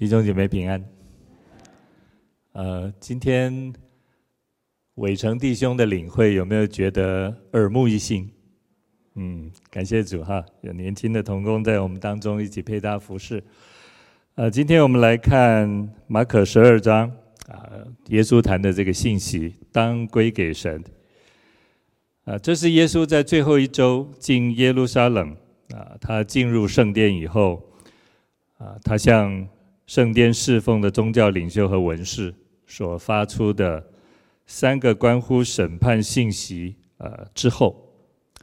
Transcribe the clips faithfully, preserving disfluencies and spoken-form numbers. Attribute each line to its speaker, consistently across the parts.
Speaker 1: 弟兄姐妹平安。呃，今天伟成弟兄的领会有没有觉得耳目一新？嗯，感谢主哈，有年轻的同工在我们当中一起配搭服侍。呃，今天我们来看马可十二章啊、呃，耶稣谈的这个信息，当归给神。啊、呃，这是耶稣在最后一周进耶路撒冷啊、呃，他进入圣殿以后啊、呃，他向圣殿侍奉的宗教领袖和文士所发出的三个关乎审判信息，呃之后，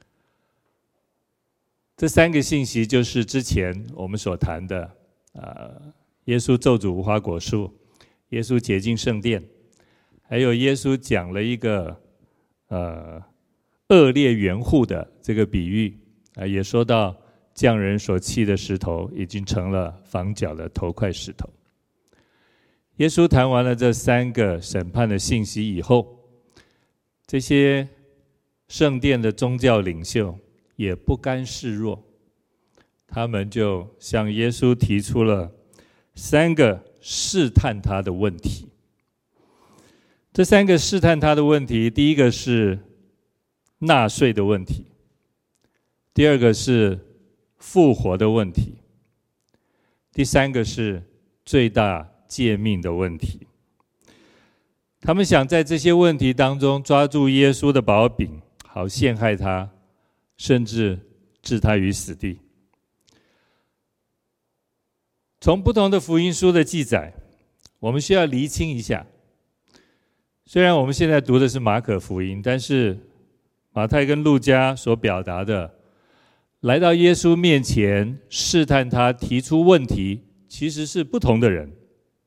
Speaker 1: 这三个信息就是之前我们所谈的，呃，耶稣咒诅无花果树，耶稣洁净圣殿，还有耶稣讲了一个呃恶劣园户的这个比喻，啊、呃，也说到匠人所弃的石头已经成了房角的头块石头。耶稣谈完了这三个审判的信息以后，这些圣殿的宗教领袖也不甘示弱，他们就向耶稣提出了三个试探他的问题。这三个试探他的问题，第一个是纳税的问题，第二个是复活的问题，第三个是最大诫命的问题。他们想在这些问题当中抓住耶稣的把柄，好陷害他，甚至置他于死地。从不同的福音书的记载，我们需要厘清一下。虽然我们现在读的是马可福音，但是马太跟路加所表达的，来到耶稣面前试探他、提出问题，其实是不同的人。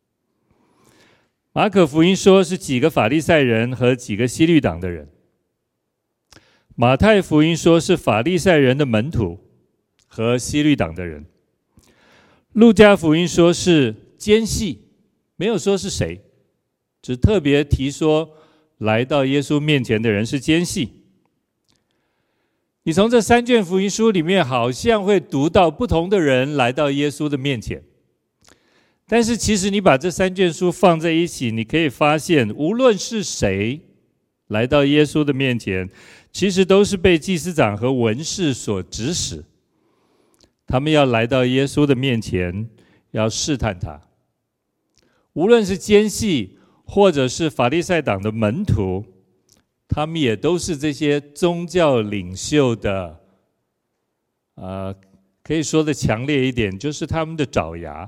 Speaker 1: 马可福音说是几个法利赛人和几个希律党的人，马太福音说是法利赛人的门徒和希律党的人，路加福音说是奸细，没有说是谁，只特别提说来到耶稣面前的人是奸细。你从这三卷福音书里面好像会读到不同的人来到耶稣的面前，但是其实你把这三卷书放在一起，你可以发现无论是谁来到耶稣的面前，其实都是被祭司长和文士所指使，他们要来到耶稣的面前，要试探他。无论是奸细或者是法利赛党的门徒，他们也都是这些宗教领袖的，呃，可以说的强烈一点，就是他们的爪牙。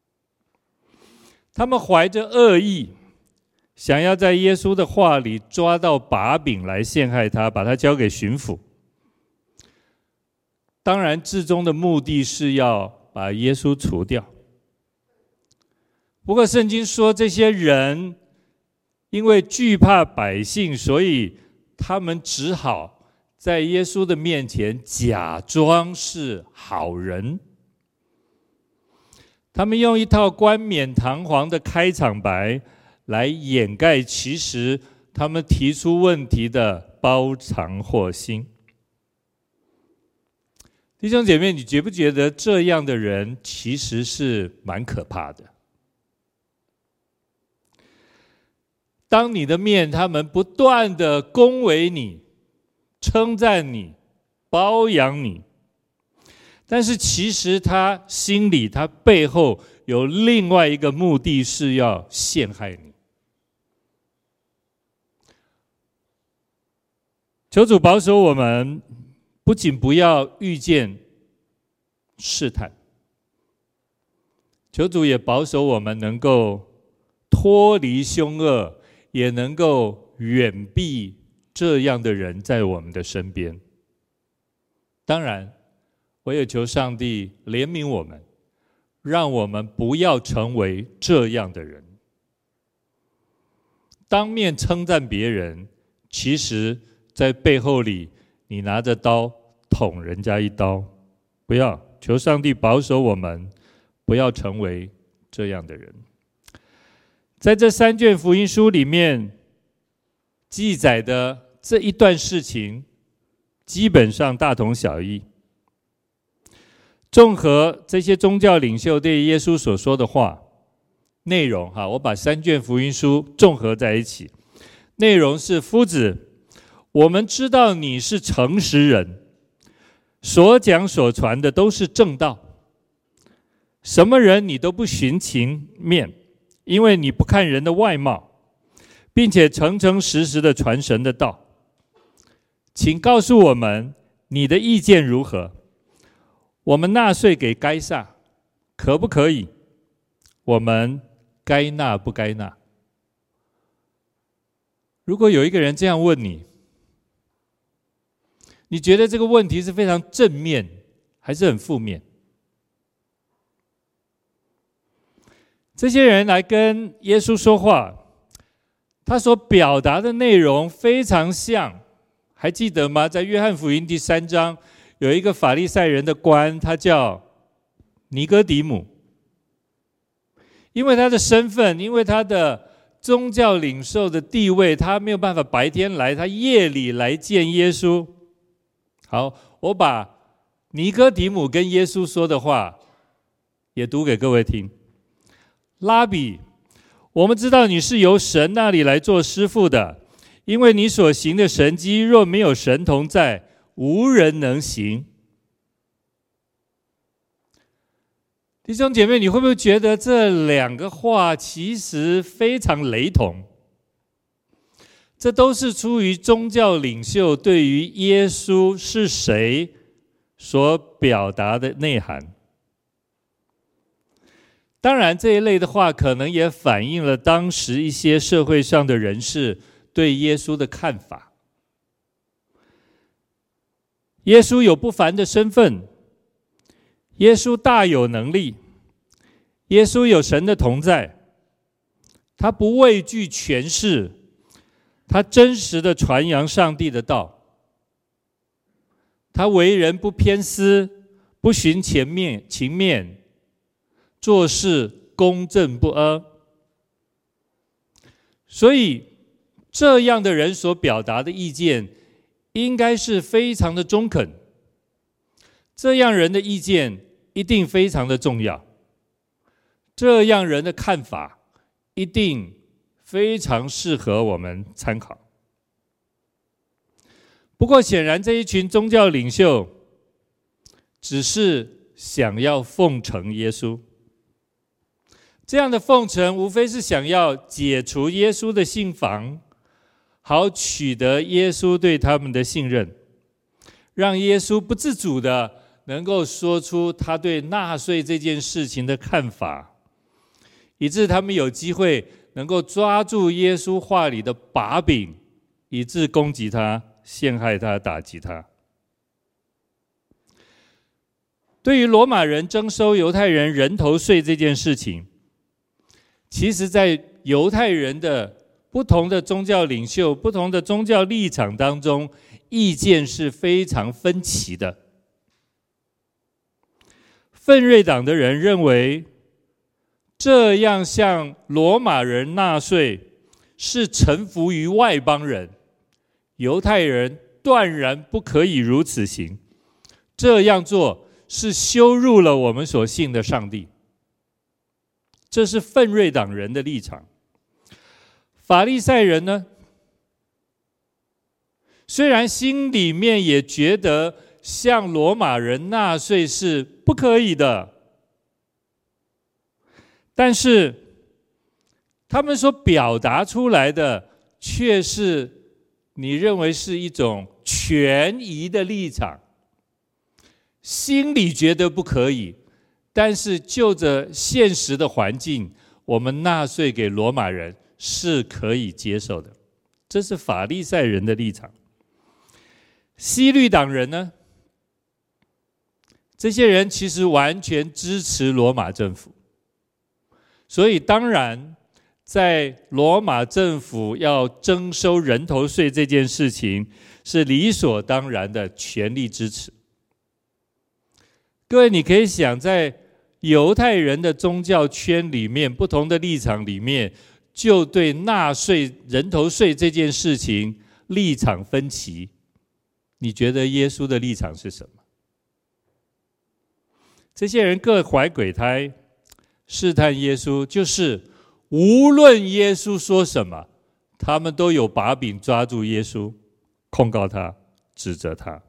Speaker 1: 他们怀着恶意，想要在耶稣的话里抓到把柄来陷害他，把他交给巡抚。当然，至终的目的是要把耶稣除掉。不过，圣经说这些人因为惧怕百姓，所以他们只好在耶稣的面前假装是好人。他们用一套冠冕堂皇的开场白来掩盖其实他们提出问题的包藏祸心。弟兄姐妹，你觉不觉得这样的人其实是蛮可怕的？当你的面，他们不断的恭维你、称赞你、包养你，但是其实他心里、他背后有另外一个目的，是要陷害你。求主保守我们，不仅不要遇见试探，求主也保守我们能够脱离凶恶，也能够远避这样的人在我们的身边。当然，我也求上帝怜悯我们，让我们不要成为这样的人。当面称赞别人，其实在背后里你拿着刀捅人家一刀。不要，求上帝保守我们，不要成为这样的人。在这三卷福音书里面记载的这一段事情，基本上大同小异。综合这些宗教领袖对耶稣所说的话， 内容哈，我把三卷福音书综合在一起。内容是：夫子，我们知道你是诚实人，所讲所传的都是正道，什么人你都不寻情面，因为你不看人的外貌，并且诚诚实实的传神的道。请告诉我们你的意见如何？我们纳税给该撒，可不可以？我们该纳不该纳？如果有一个人这样问你，你觉得这个问题是非常正面，还是很负面？这些人来跟耶稣说话，他所表达的内容非常像，还记得吗？在约翰福音第三章，有一个法利赛人的官，他叫尼哥底母。因为他的身份，因为他的宗教领袖的地位，他没有办法白天来，他夜里来见耶稣。好，我把尼哥底母跟耶稣说的话也读给各位听。拉比，我们知道你是由神那里来做师傅的，因为你所行的神迹，若没有神同在，无人能行。弟兄姐妹，你会不会觉得这两个话其实非常雷同？这都是出于宗教领袖对于耶稣是谁所表达的内涵。当然，这一类的话可能也反映了当时一些社会上的人士对耶稣的看法。耶稣有不凡的身份，耶稣大有能力，耶稣有神的同在，他不畏惧权势，他真实的传扬上帝的道，他为人不偏私，不寻前面情面，做事公正不阿。所以这样的人所表达的意见应该是非常的中肯，这样人的意见一定非常的重要，这样人的看法一定非常适合我们参考。不过显然这一群宗教领袖只是想要奉承耶稣，这样的奉承无非是想要解除耶稣的信防，好取得耶稣对他们的信任，让耶稣不自主的能够说出他对纳税这件事情的看法，以致他们有机会能够抓住耶稣话里的把柄，以致攻击他、陷害他、打击他。对于罗马人征收犹太人人头税这件事情，其实在犹太人的不同的宗教领袖、不同的宗教立场当中，意见是非常分歧的。奋锐党的人认为，这样向罗马人纳税是臣服于外邦人，犹太人断然不可以如此行，这样做是羞辱了我们所信的上帝。这是奋锐党人的立场。法利赛人呢，虽然心里面也觉得向罗马人纳税是不可以的，但是他们所表达出来的却是你认为是一种权宜的立场，心里觉得不可以，但是就着现实的环境，我们纳税给罗马人是可以接受的。这是法利赛人的立场。希律党人呢，这些人其实完全支持罗马政府，所以当然在罗马政府要征收人头税这件事情是理所当然的全力支持。各位，你可以想，在犹太人的宗教圈里面，不同的立场里面，就对纳税人头税这件事情立场分歧。你觉得耶稣的立场是什么？这些人各怀鬼胎，试探耶稣，就是无论耶稣说什么，他们都有把柄抓住耶稣，控告他，指责他。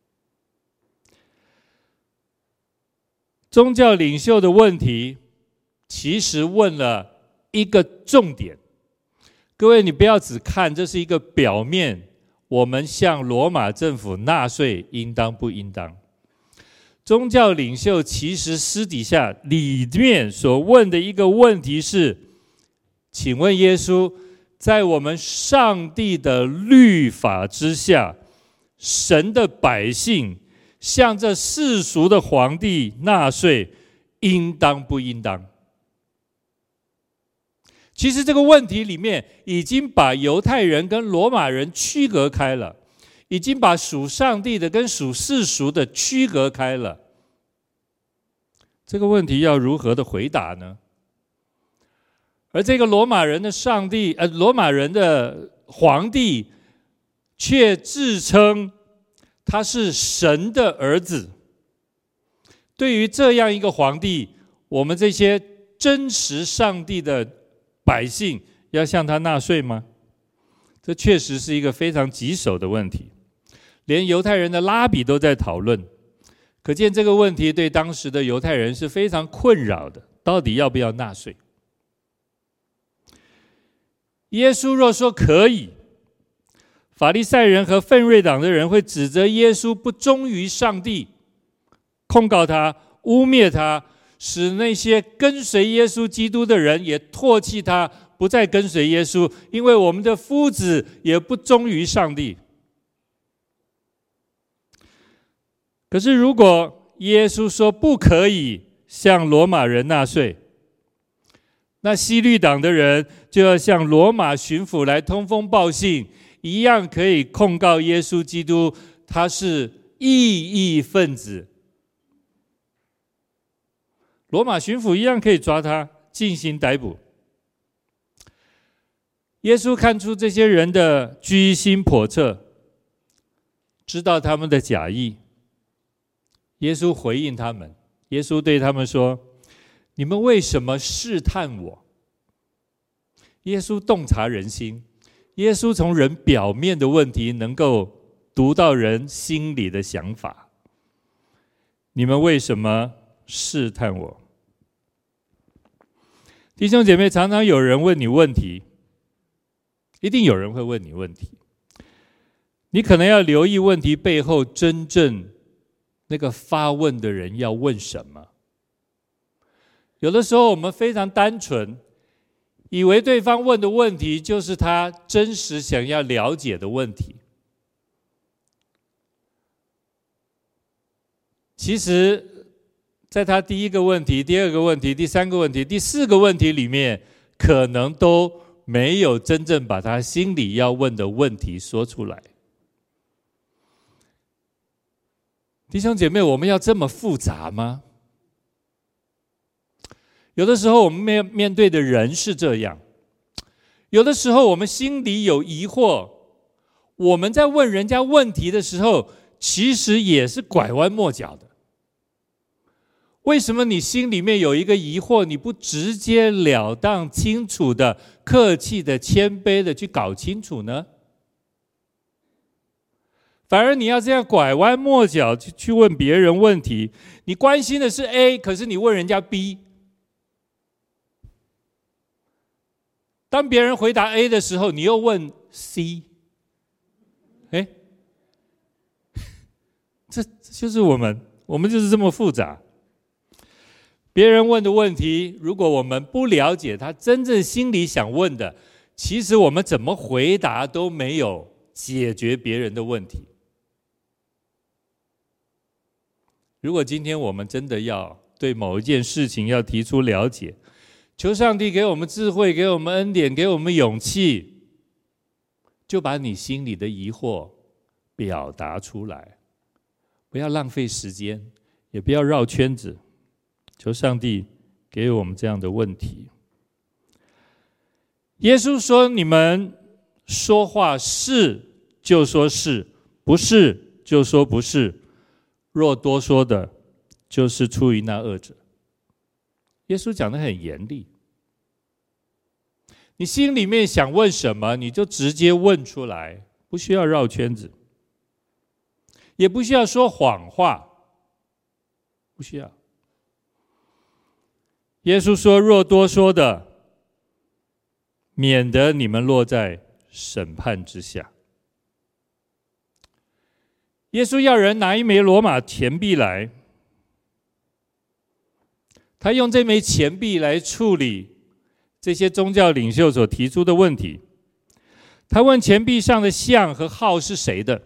Speaker 1: 宗教领袖的问题，其实问了一个重点。各位，你不要只看这是一个表面，我们向罗马政府纳税应当不应当？宗教领袖其实私底下里面所问的一个问题是：请问耶稣，在我们上帝的律法之下，神的百姓向这世俗的皇帝纳税，应当不应当？其实这个问题里面已经把犹太人跟罗马人区隔开了，已经把属上帝的跟属世俗的区隔开了。这个问题要如何的回答呢？而这个罗马人的上帝，呃，罗马人的皇帝，却自称他是神的儿子。对于这样一个皇帝，我们这些真实上帝的百姓要向他纳税吗？这确实是一个非常棘手的问题，连犹太人的拉比都在讨论。可见这个问题对当时的犹太人是非常困扰的，到底要不要纳税？耶稣若说可以，法利赛人和奋锐党的人会指责耶稣不忠于上帝，控告他，污蔑他，使那些跟随耶稣基督的人也唾弃他，不再跟随耶稣，因为我们的夫子也不忠于上帝。可是如果耶稣说不可以向罗马人纳税，那希律党的人就要向罗马巡抚来通风报信，一样可以控告耶稣基督他是异议分子。罗马巡抚一样可以抓他进行逮捕。耶稣看出这些人的居心叵测，知道他们的假意。耶稣回应他们，耶稣对他们说：你们为什么试探我？耶稣洞察人心，耶稣从人表面的问题能够读到人心里的想法。你们为什么试探我？弟兄姐妹，常常有人问你问题，一定有人会问你问题，你可能要留意问题背后真正那个发问的人要问什么。有的时候我们非常单纯，以为对方问的问题就是他真实想要了解的问题。其实在他第一个问题、第二个问题、第三个问题、第四个问题里面，可能都没有真正把他心里要问的问题说出来。弟兄姐妹，我们要这么复杂吗？有的时候我们面面对的人是这样，有的时候我们心里有疑惑，我们在问人家问题的时候，其实也是拐弯抹角的。为什么你心里面有一个疑惑，你不直截了当、清楚的、客气的、谦卑的去搞清楚呢？反而你要这样拐弯抹角去去问别人问题，你关心的是 A， 可是你问人家 B。当别人回答 A 的时候，你又问 C。哎，这就是我们，我们就是这么复杂。别人问的问题，如果我们不了解他真正心里想问的，其实我们怎么回答都没有解决别人的问题。如果今天我们真的要对某一件事情要提出了解，求上帝给我们智慧，给我们恩典，给我们勇气，就把你心里的疑惑表达出来，不要浪费时间，也不要绕圈子。求上帝给我们这样的问题。耶稣说：你们说话是就说是，不是就说不是，若多说的，就是出于那恶者。耶稣讲得很严厉。 你心里面想问什么，你就直接问出来，不需要绕圈子，也不需要说谎话，不需要。耶稣说：“若多说的，免得你们落在审判之下。”耶稣要人拿一枚罗马钱币来，他用这枚钱币来处理这些宗教领袖所提出的问题。他问钱币上的像和号是谁的？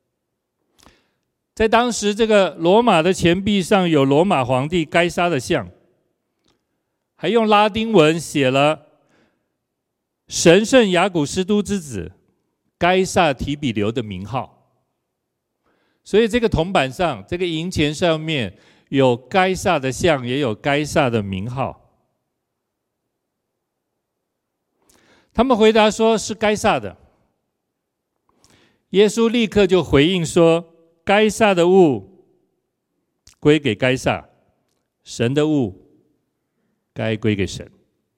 Speaker 1: 在当时，这个罗马的钱币上有罗马皇帝该撒的像，还用拉丁文写了神圣雅古斯都之子该撒提比留的名号。所以这个铜板上，这个银钱上面有该撒的像，也有该撒的名号。他们回答说是该撒的。耶稣立刻就回应说：该撒的物归给该撒，神的物该归给神。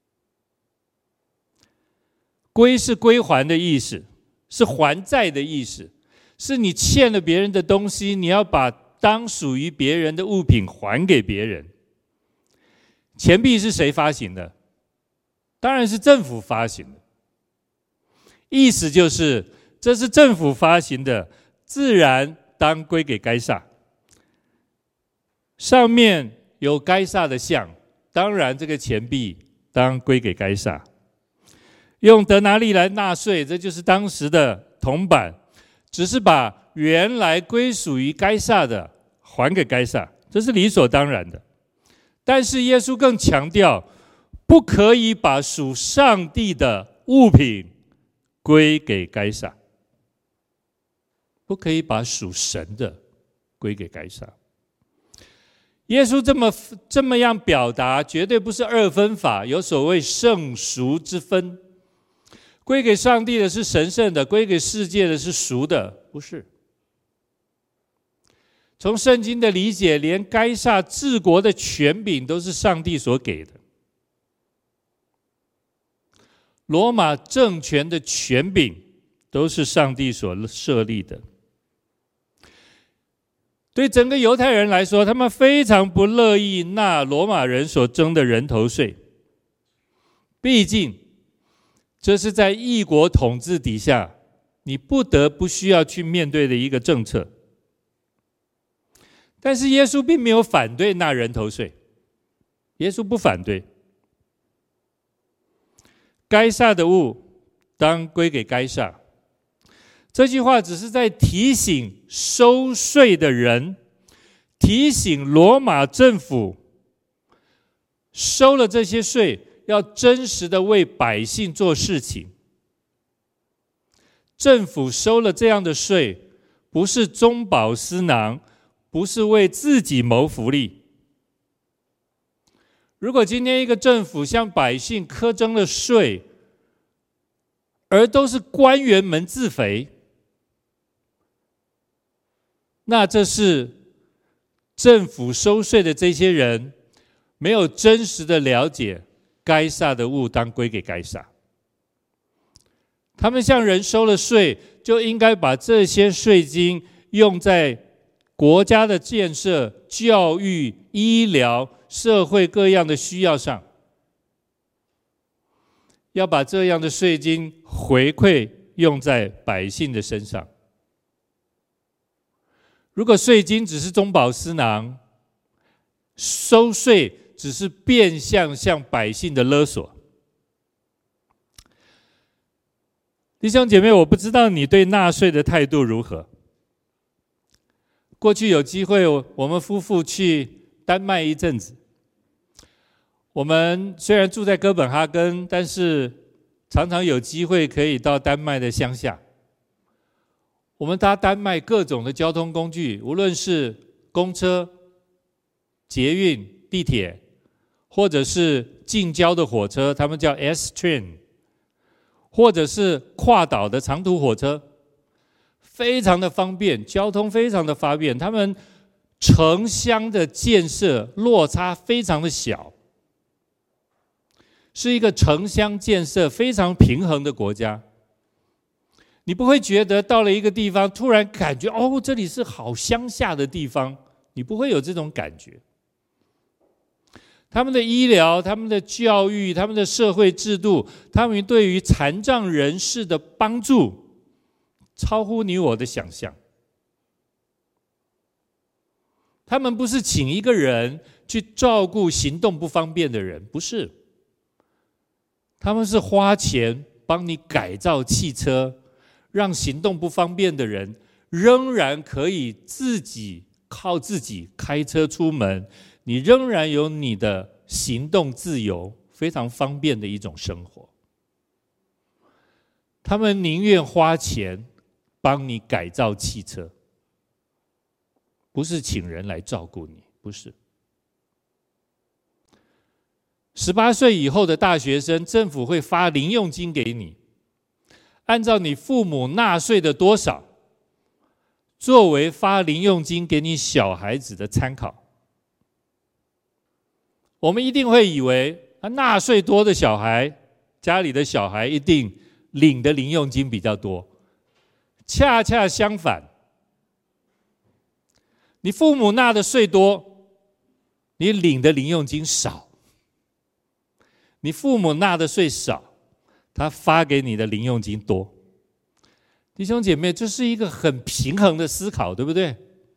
Speaker 1: 归是归还的意思，是还债的意思，是你欠了别人的东西，你要把当属于别人的物品还给别人。钱币是谁发行的？当然是政府发行的。意思就是，这是政府发行的，自然当归给该撒。上面有该撒的像，当然这个钱币当归给该撒。用德拿利来纳税，这就是当时的铜板，只是把原来归属于该撒的还给该撒，这是理所当然的。但是耶稣更强调，不可以把属上帝的物品归给该撒，不可以把属神的归给该撒。耶稣这么这么样表达，绝对不是二分法，有所谓圣俗之分。归给上帝的是神圣的，归给世界的是俗的，不是。从圣经的理解，连该撒治国的权柄都是上帝所给的。罗马政权的权柄都是上帝所设立的。对整个犹太人来说，他们非常不乐意纳罗马人所征的人头税，毕竟这是在异国统治底下，你不得不需要去面对的一个政策。但是耶稣并没有反对纳人头税，耶稣不反对。该撒的物当归给该撒，这句话只是在提醒收税的人，提醒罗马政府，收了这些税要真实的为百姓做事情。政府收了这样的税，不是中饱私囊，不是为自己谋福利。如果今天一个政府向百姓苛征了税，而都是官员们自肥，那这是政府收税的这些人没有真实的了解该撒的物当归给该撒。他们向人收了税，就应该把这些税金用在国家的建设、教育、医疗、社会各样的需要上，要把这样的税金回馈用在百姓的身上。如果税金只是中饱私囊，收税只是变相向百姓的勒索。弟兄姐妹，我不知道你对纳税的态度如何。过去有机会，我们夫妇去丹麦一阵子。我们虽然住在哥本哈根，但是常常有机会可以到丹麦的乡下。我们搭丹麦各种的交通工具，无论是公车、捷运、地铁，或者是近郊的火车，他们叫 S-Train， 或者是跨岛的长途火车，非常的方便，交通非常的方便。他们城乡的建设落差非常的小。 是一个城乡建设非常平衡的国家。你不会觉得到了一个地方，突然感觉哦，这里是好乡下的地方，你不会有这种感觉。他们的医疗、他们的教育、他们的社会制度，他们对于残障人士的帮助，超乎你我的想象。他们不是请一个人去照顾行动不方便的人，不是，他们是花钱帮你改造汽车，让行动不方便的人仍然可以自己靠自己开车出门，你仍然有你的行动自由，非常方便的一种生活。他们宁愿花钱帮你改造汽车，不是请人来照顾你，不是。十八岁以后的大学生，政府会发零用金给你，按照你父母纳税的多少，作为发零用金给你小孩子的参考。我们一定会以为啊，纳税多的小孩，家里的小孩一定领的零用金比较多。恰恰相反，你父母纳的税多，你领的零用金少；你父母纳的税少，他发给你的零用金多。弟兄姐妹，这是一个很平衡的思考，对不对？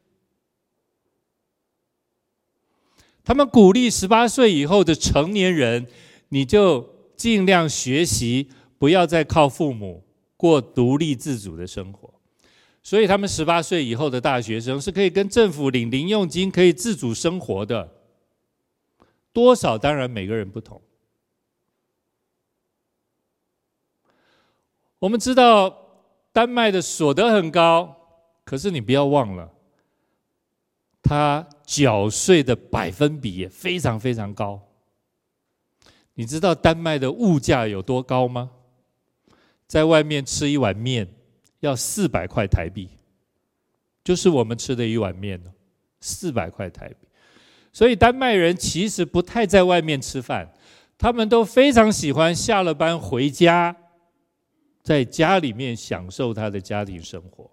Speaker 1: 他们鼓励十八岁以后的成年人，你就尽量学习，不要再靠父母过独立自主的生活。所以他们十八岁以后的大学生是可以跟政府领零用金，可以自主生活的。多少当然每个人不同。我们知道丹麦的所得很高，可是你不要忘了，他缴税的百分比也非常非常高。你知道丹麦的物价有多高吗？在外面吃一碗面要四百块台币，就是我们吃的一碗面四百块台币。所以丹麦人其实不太在外面吃饭，他们都非常喜欢下了班回家，在家里面享受他的家庭生活。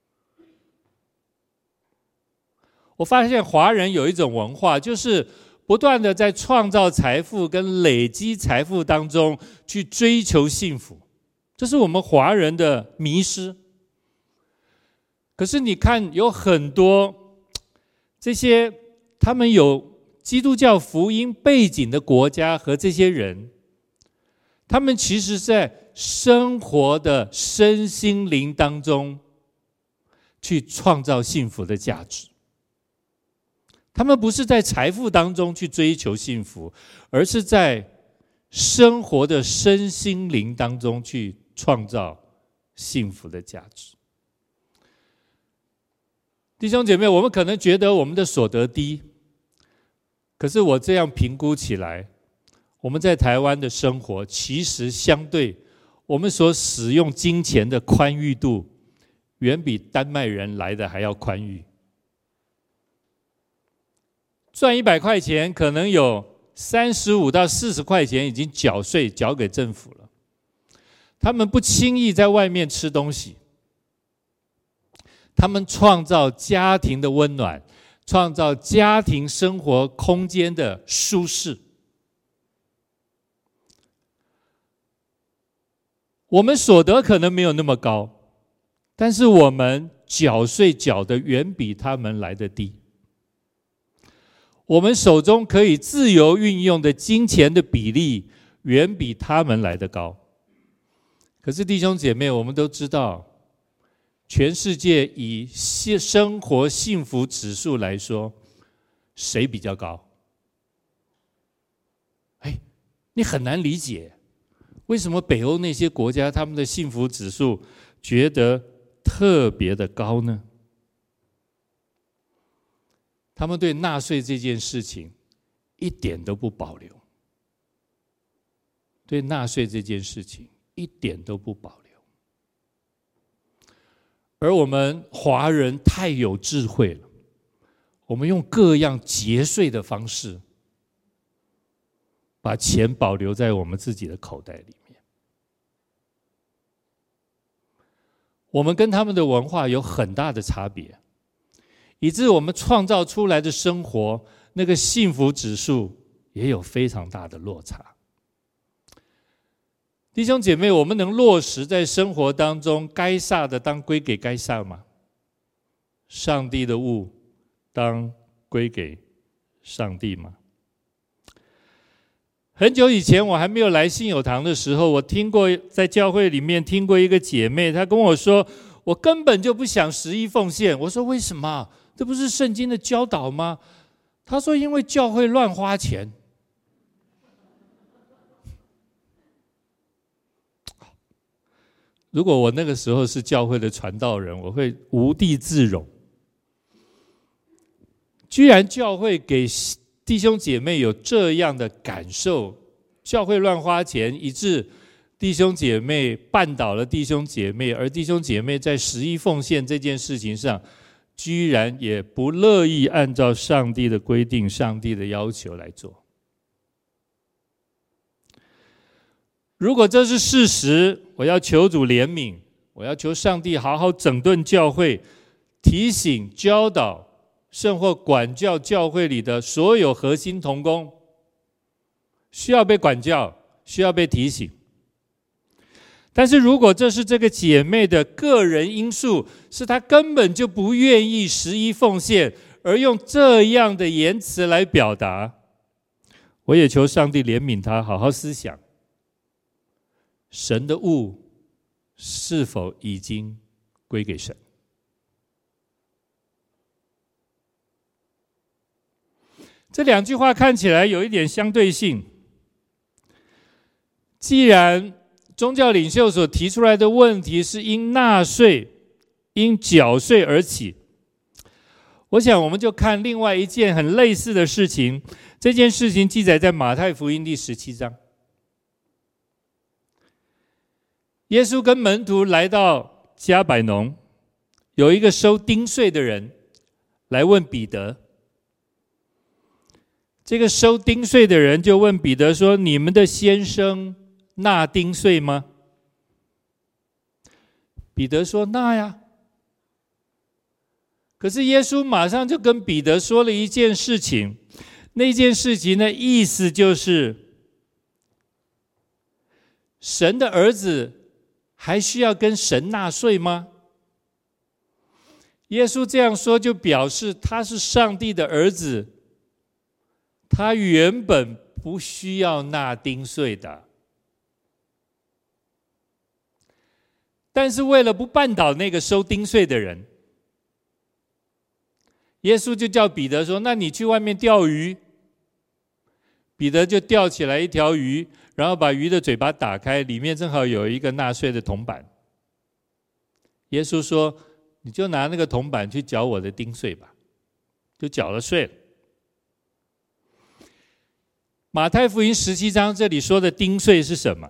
Speaker 1: 我发现华人有一种文化，就是不断的在创造财富跟累积财富当中去追求幸福，这是我们华人的迷失。可是你看，有很多这些他们有基督教福音背景的国家和这些人，他们其实在生活的身心灵当中去创造幸福的价值。他们不是在财富当中去追求幸福，而是在生活的身心灵当中去创造幸福的价值。弟兄姐妹，我们可能觉得我们的所得低，可是我这样评估起来，我们在台湾的生活其实相对我们所使用金钱的宽裕度，远比丹麦人来的还要宽裕。赚一百块钱，可能有三十五到四十块钱已经缴税缴给政府了。他们不轻易在外面吃东西，他们创造家庭的温暖，创造家庭生活空间的舒适。我们所得可能没有那么高，但是我们缴税缴得远比他们来得低。我们手中可以自由运用的金钱的比例远比他们来得高。可是弟兄姐妹，我们都知道，全世界以生活幸福指数来说，谁比较高？哎，你很难理解，为什么北欧那些国家他们的幸福指数觉得特别的高呢？他们对纳税这件事情一点都不保留，对纳税这件事情一点都不保留。而我们华人太有智慧了，我们用各样节税的方式， 把钱保留在我们自己的口袋里面。我们跟他们的文化有很大的差别，以致我们创造出来的生活，那个幸福指数也有非常大的落差。弟兄姐妹，我们能落实在生活当中，该撒的当归给该撒吗？上帝的物当归给上帝吗？很久以前，我还没有来信友堂的时候，我听过在教会里面听过一个姐妹，她跟我说，我根本就不想十一奉献。我说为什么？这不是圣经的教导吗？她说因为教会乱花钱。如果我那个时候是教会的传道人，我会无地自容。居然教会给弟兄姐妹有这样的感受，教会乱花钱，以致弟兄姐妹绊倒了弟兄姐妹，而弟兄姐妹在十一奉献这件事情上，居然也不乐意按照上帝的规定、上帝的要求来做。如果这是事实，我要求主怜悯，我要求上帝好好整顿教会，提醒、教导甚或管教教会里的所有核心同工，需要被管教，需要被提醒。但是如果这是这个姐妹的个人因素，是她根本就不愿意十一奉献，而用这样的言辞来表达，我也求上帝怜悯她，好好思想，神的物是否已经归给神？这两句话看起来有一点相对性。既然宗教领袖所提出来的问题是因纳税、因缴税而起，我想我们就看另外一件很类似的事情。这件事情记载在马太福音第十七章。耶稣跟门徒来到迦百农，有一个收丁税的人来问彼得。这个收丁税的人就问彼得说：“你们的先生纳丁税吗？”彼得说：“纳呀。”可是耶稣马上就跟彼得说了一件事情，那件事情的意思就是，神的儿子还需要跟神纳税吗？耶稣这样说，就表示他是上帝的儿子，他原本不需要纳丁税的。但是为了不绊倒那个收丁税的人，耶稣就叫彼得说：“那你去外面钓鱼。”彼得就钓起来一条鱼，然后把鱼的嘴巴打开，里面正好有一个纳税的铜板。耶稣说：“你就拿那个铜板去缴我的丁税吧。”就缴了税了。马太福音十七章这里说的丁税是什么？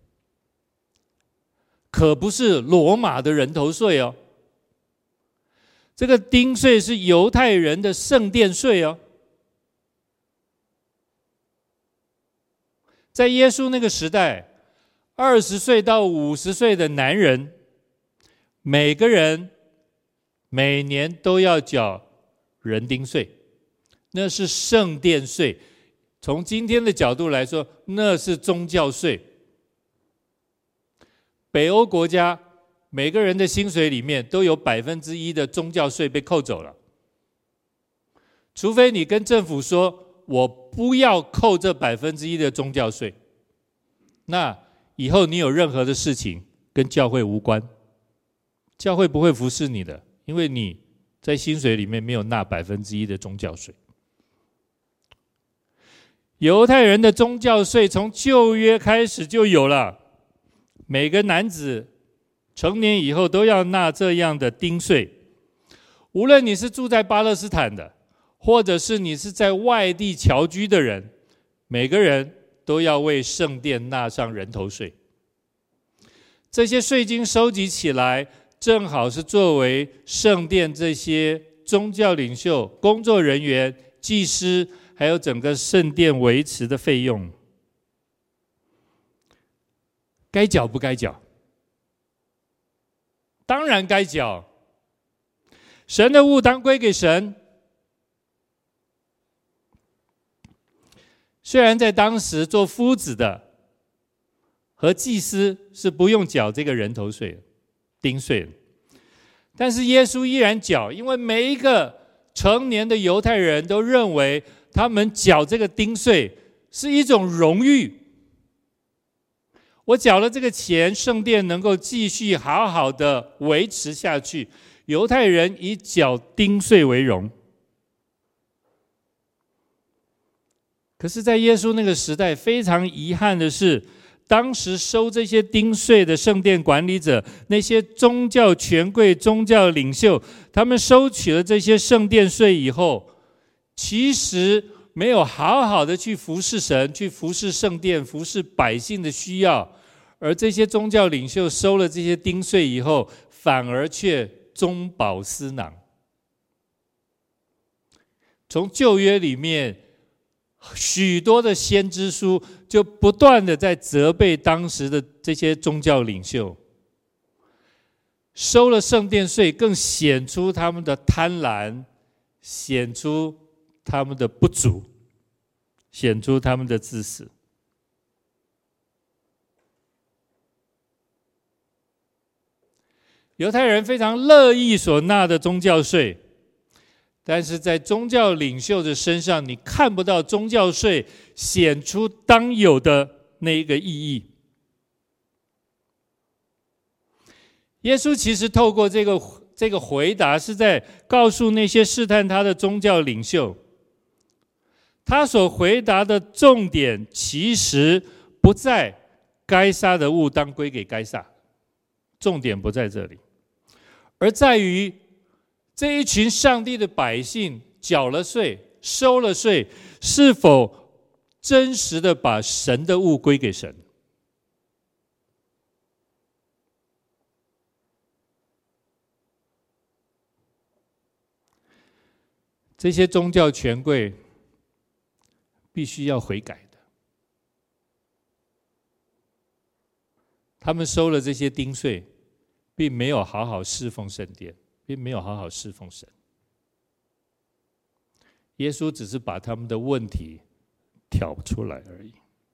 Speaker 1: 可不是罗马的人头税哦。这个丁税是犹太人的圣殿税哦。在耶稣那个时代，二十岁到五十岁的男人，每个人每年都要缴人丁税，那是圣殿税。从今天的角度来说，那是宗教税。北欧国家每个人的薪水里面都有百分之一的宗教税被扣走了，除非你跟政府说我不要扣这百分之一的宗教税，那以后你有任何的事情跟教会无关，教会不会服侍你的，因为你在薪水里面没有纳百分之一的宗教税。犹太人的宗教税从旧约开始就有了，每个男子成年以后都要纳这样的丁税。无论你是住在巴勒斯坦的，或者是你是在外地侨居的人，每个人都要为圣殿纳上人头税。这些税金收集起来，正好是作为圣殿这些宗教领袖、工作人员、祭司还有整个圣殿维持的费用。 该缴不该缴？当然该缴。神的物当归给神。虽然在当时做夫子的和祭司是不用缴这个人头税、丁税的，但是耶稣依然缴，因为每一个成年的犹太人都认为他们缴这个丁税是一种荣誉。我缴了这个钱，圣殿能够继续好好的维持下去。犹太人以缴丁税为荣。可是在耶稣那个时代，非常遗憾的是，当时收这些丁税的圣殿管理者，那些宗教权贵、宗教领袖，他们收取了这些圣殿税以后，其实没有好好的去服侍神，去服侍圣殿，服侍百姓的需要。而这些宗教领袖收了这些丁税以后，反而却中饱私囊。从旧约里面许多的先知书就不断的在责备当时的这些宗教领袖，收了圣殿税，更显出他们的贪婪，显出他们的不足，显出他们的自私。犹太人非常乐意所纳的宗教税，但是在宗教领袖的身上，你看不到宗教税显出当有的那一个意义。耶稣其实透过这个这个回答，是在告诉那些试探他的宗教领袖，他所回答的重点其实不在该撒的物当归给该撒，重点不在这里，而在于这一群上帝的百姓缴了税、收了税，是否真实的把神的物归给神？这些宗教权贵必须要悔改的，他们收了这些丁税，并没有好好侍奉圣殿，并没有好好侍奉神。耶稣只是把他们的问题挑出来而已。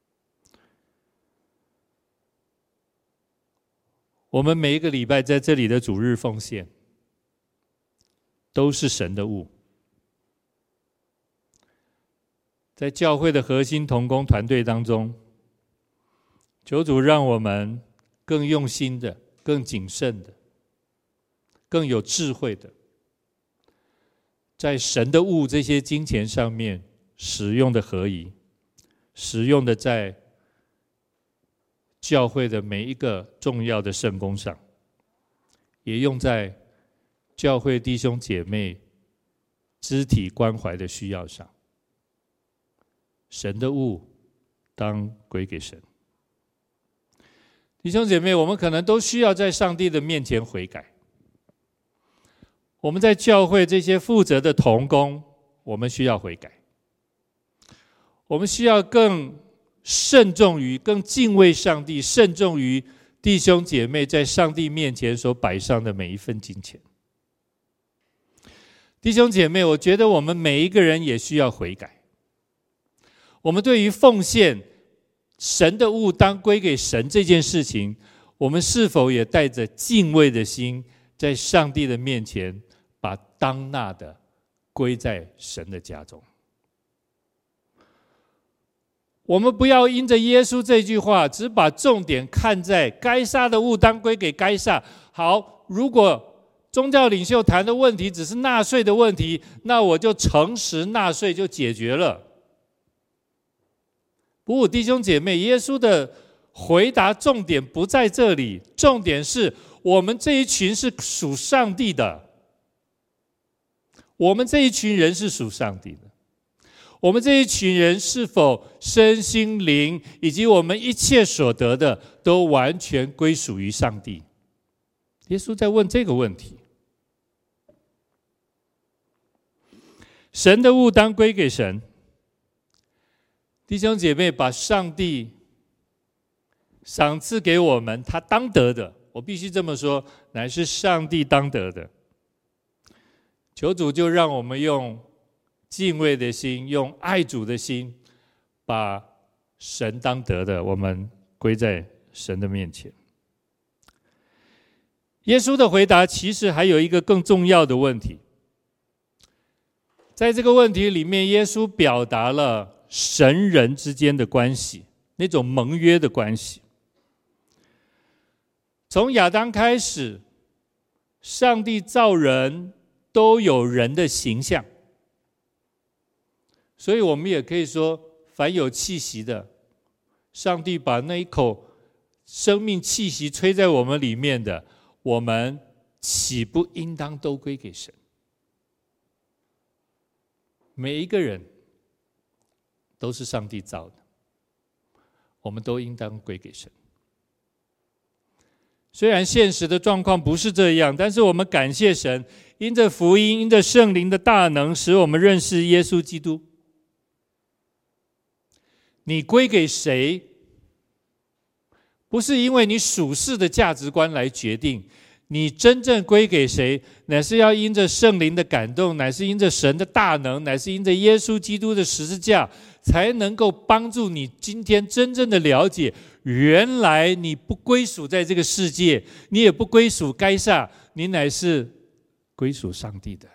Speaker 1: 我们每一个礼拜在这里的主日奉献，都是神的物。在教会的核心同工团队当中，求主让我们更用心的、更谨慎的、更有智慧的，在神的物这些金钱上面使用的合宜，使用的在教会的每一个重要的圣工上，也用在教会弟兄姐妹肢体关怀的需要上。神的物当归给神。弟兄姐妹，我们可能都需要在上帝的面前悔改。我们在教会这些负责的同工，我们需要悔改。我们需要更慎重于、更敬畏上帝，慎重于弟兄姐妹在上帝面前所摆上的每一份金钱。弟兄姐妹，我觉得我们每一个人也需要悔改。我们对于奉献神的物当归给神这件事情，我们是否也带着敬畏的心，在上帝的面前把当纳的归在神的家中？我们不要因着耶稣这句话，只把重点看在该撒的物当归给该撒。好，如果宗教领袖谈的问题只是纳税的问题，那我就诚实纳税就解决了。不，弟兄姐妹，耶稣的回答重点不在这里，重点是我们这一群是属上帝的，我们这一群人是属上帝的，我们这一群人是否身心灵以及我们一切所得的都完全归属于上帝？耶稣在问这个问题。神的物当归给神。弟兄姐妹，把上帝赏赐给我们他当得的，我必须这么说，乃是上帝当得的。求主就让我们用敬畏的心，用爱主的心，把神当得的我们归在神的面前。耶稣的回答其实还有一个更重要的问题，在这个问题里面，耶稣表达了神人之间的关系，那种盟约的关系。从亚当开始，上帝造人都有人的形象，所以我们也可以说，凡有气息的，上帝把那一口生命气息吹在我们里面的，我们岂不应当都归给神？每一个人都是上帝造的，我们都应当归给神。虽然现实的状况不是这样，但是我们感谢神，因着福音，因着圣灵的大能，使我们认识耶稣基督。你归给谁，不是因为你属世的价值观来决定，你真正归给谁，乃是要因着圣灵的感动，乃是因着神的大能，乃是因着耶稣基督的十字架，才能够帮助你今天真正的了解，原来你不归属在这个世界，你也不归属该撒，你乃是归属上帝的。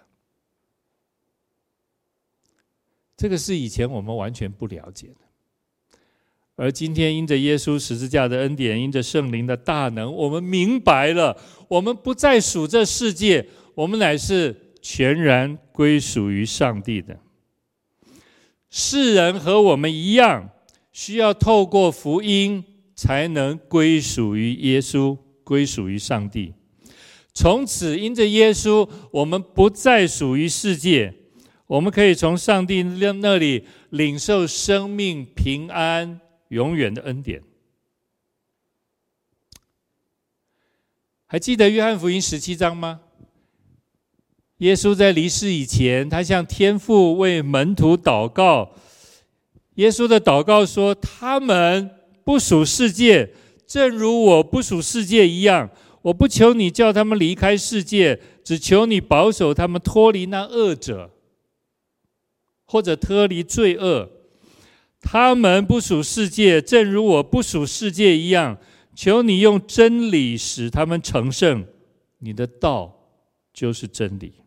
Speaker 1: 这个是以前我们完全不了解的，而今天因着耶稣十字架的恩典，因着圣灵的大能，我们明白了，我们不再属这世界，我们乃是全然归属于上帝的。世人和我们一样，需要透过福音才能归属于耶稣，归属于上帝。从此因着耶稣，我们不再属于世界，我们可以从上帝那里领受生命、平安、永远的恩典。还记得约翰福音十七章吗？耶稣在离世以前，他向天父为门徒祷告。耶稣的祷告说，他们不属世界，正如我不属世界一样。我不求你叫他们离开世界，只求你保守他们脱离那恶者，或者脱离罪恶。他们不属世界，正如我不属世界一样。求你用真理使他们成圣，你的道就是真理。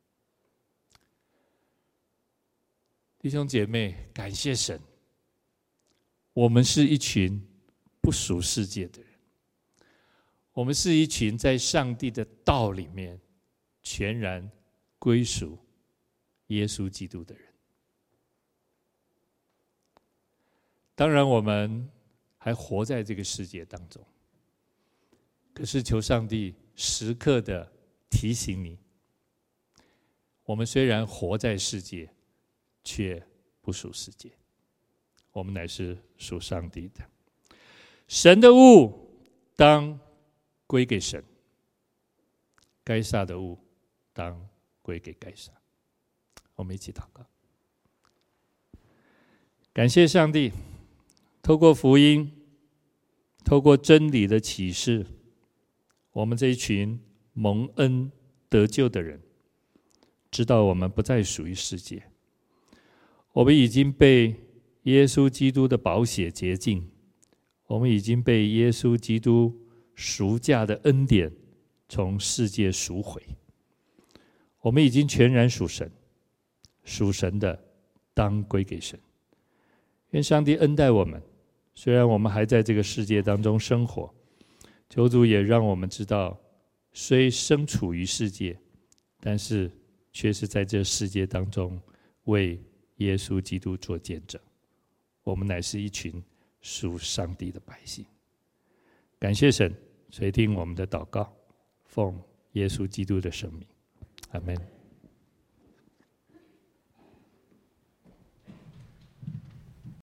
Speaker 1: 弟兄姐妹，感谢神，我们是一群不属世界的人，我们是一群在上帝的道里面全然归属耶稣基督的人。当然我们还活在这个世界当中，可是求上帝时刻的提醒你，我们虽然活在世界，却不属世界，我们乃是属上帝的。神的物当归给神，该撒的物当归给该撒。我们一起祷告。感谢上帝，透过福音，透过真理的启示，我们这一群蒙恩得救的人，知道我们不再属于世界，我们已经被耶稣基督的宝血洁净，我们已经被耶稣基督赎价的恩典从世界赎回，我们已经全然属神，属神的当归给神。愿上帝恩待我们，虽然我们还在这个世界当中生活，求主也让我们知道，虽身处于世界，但是却是在这世界当中为耶稣基督做见证。我们乃是一群属上帝的百姓。感谢神垂听我们的祷告，奉耶稣基督的圣名，阿们。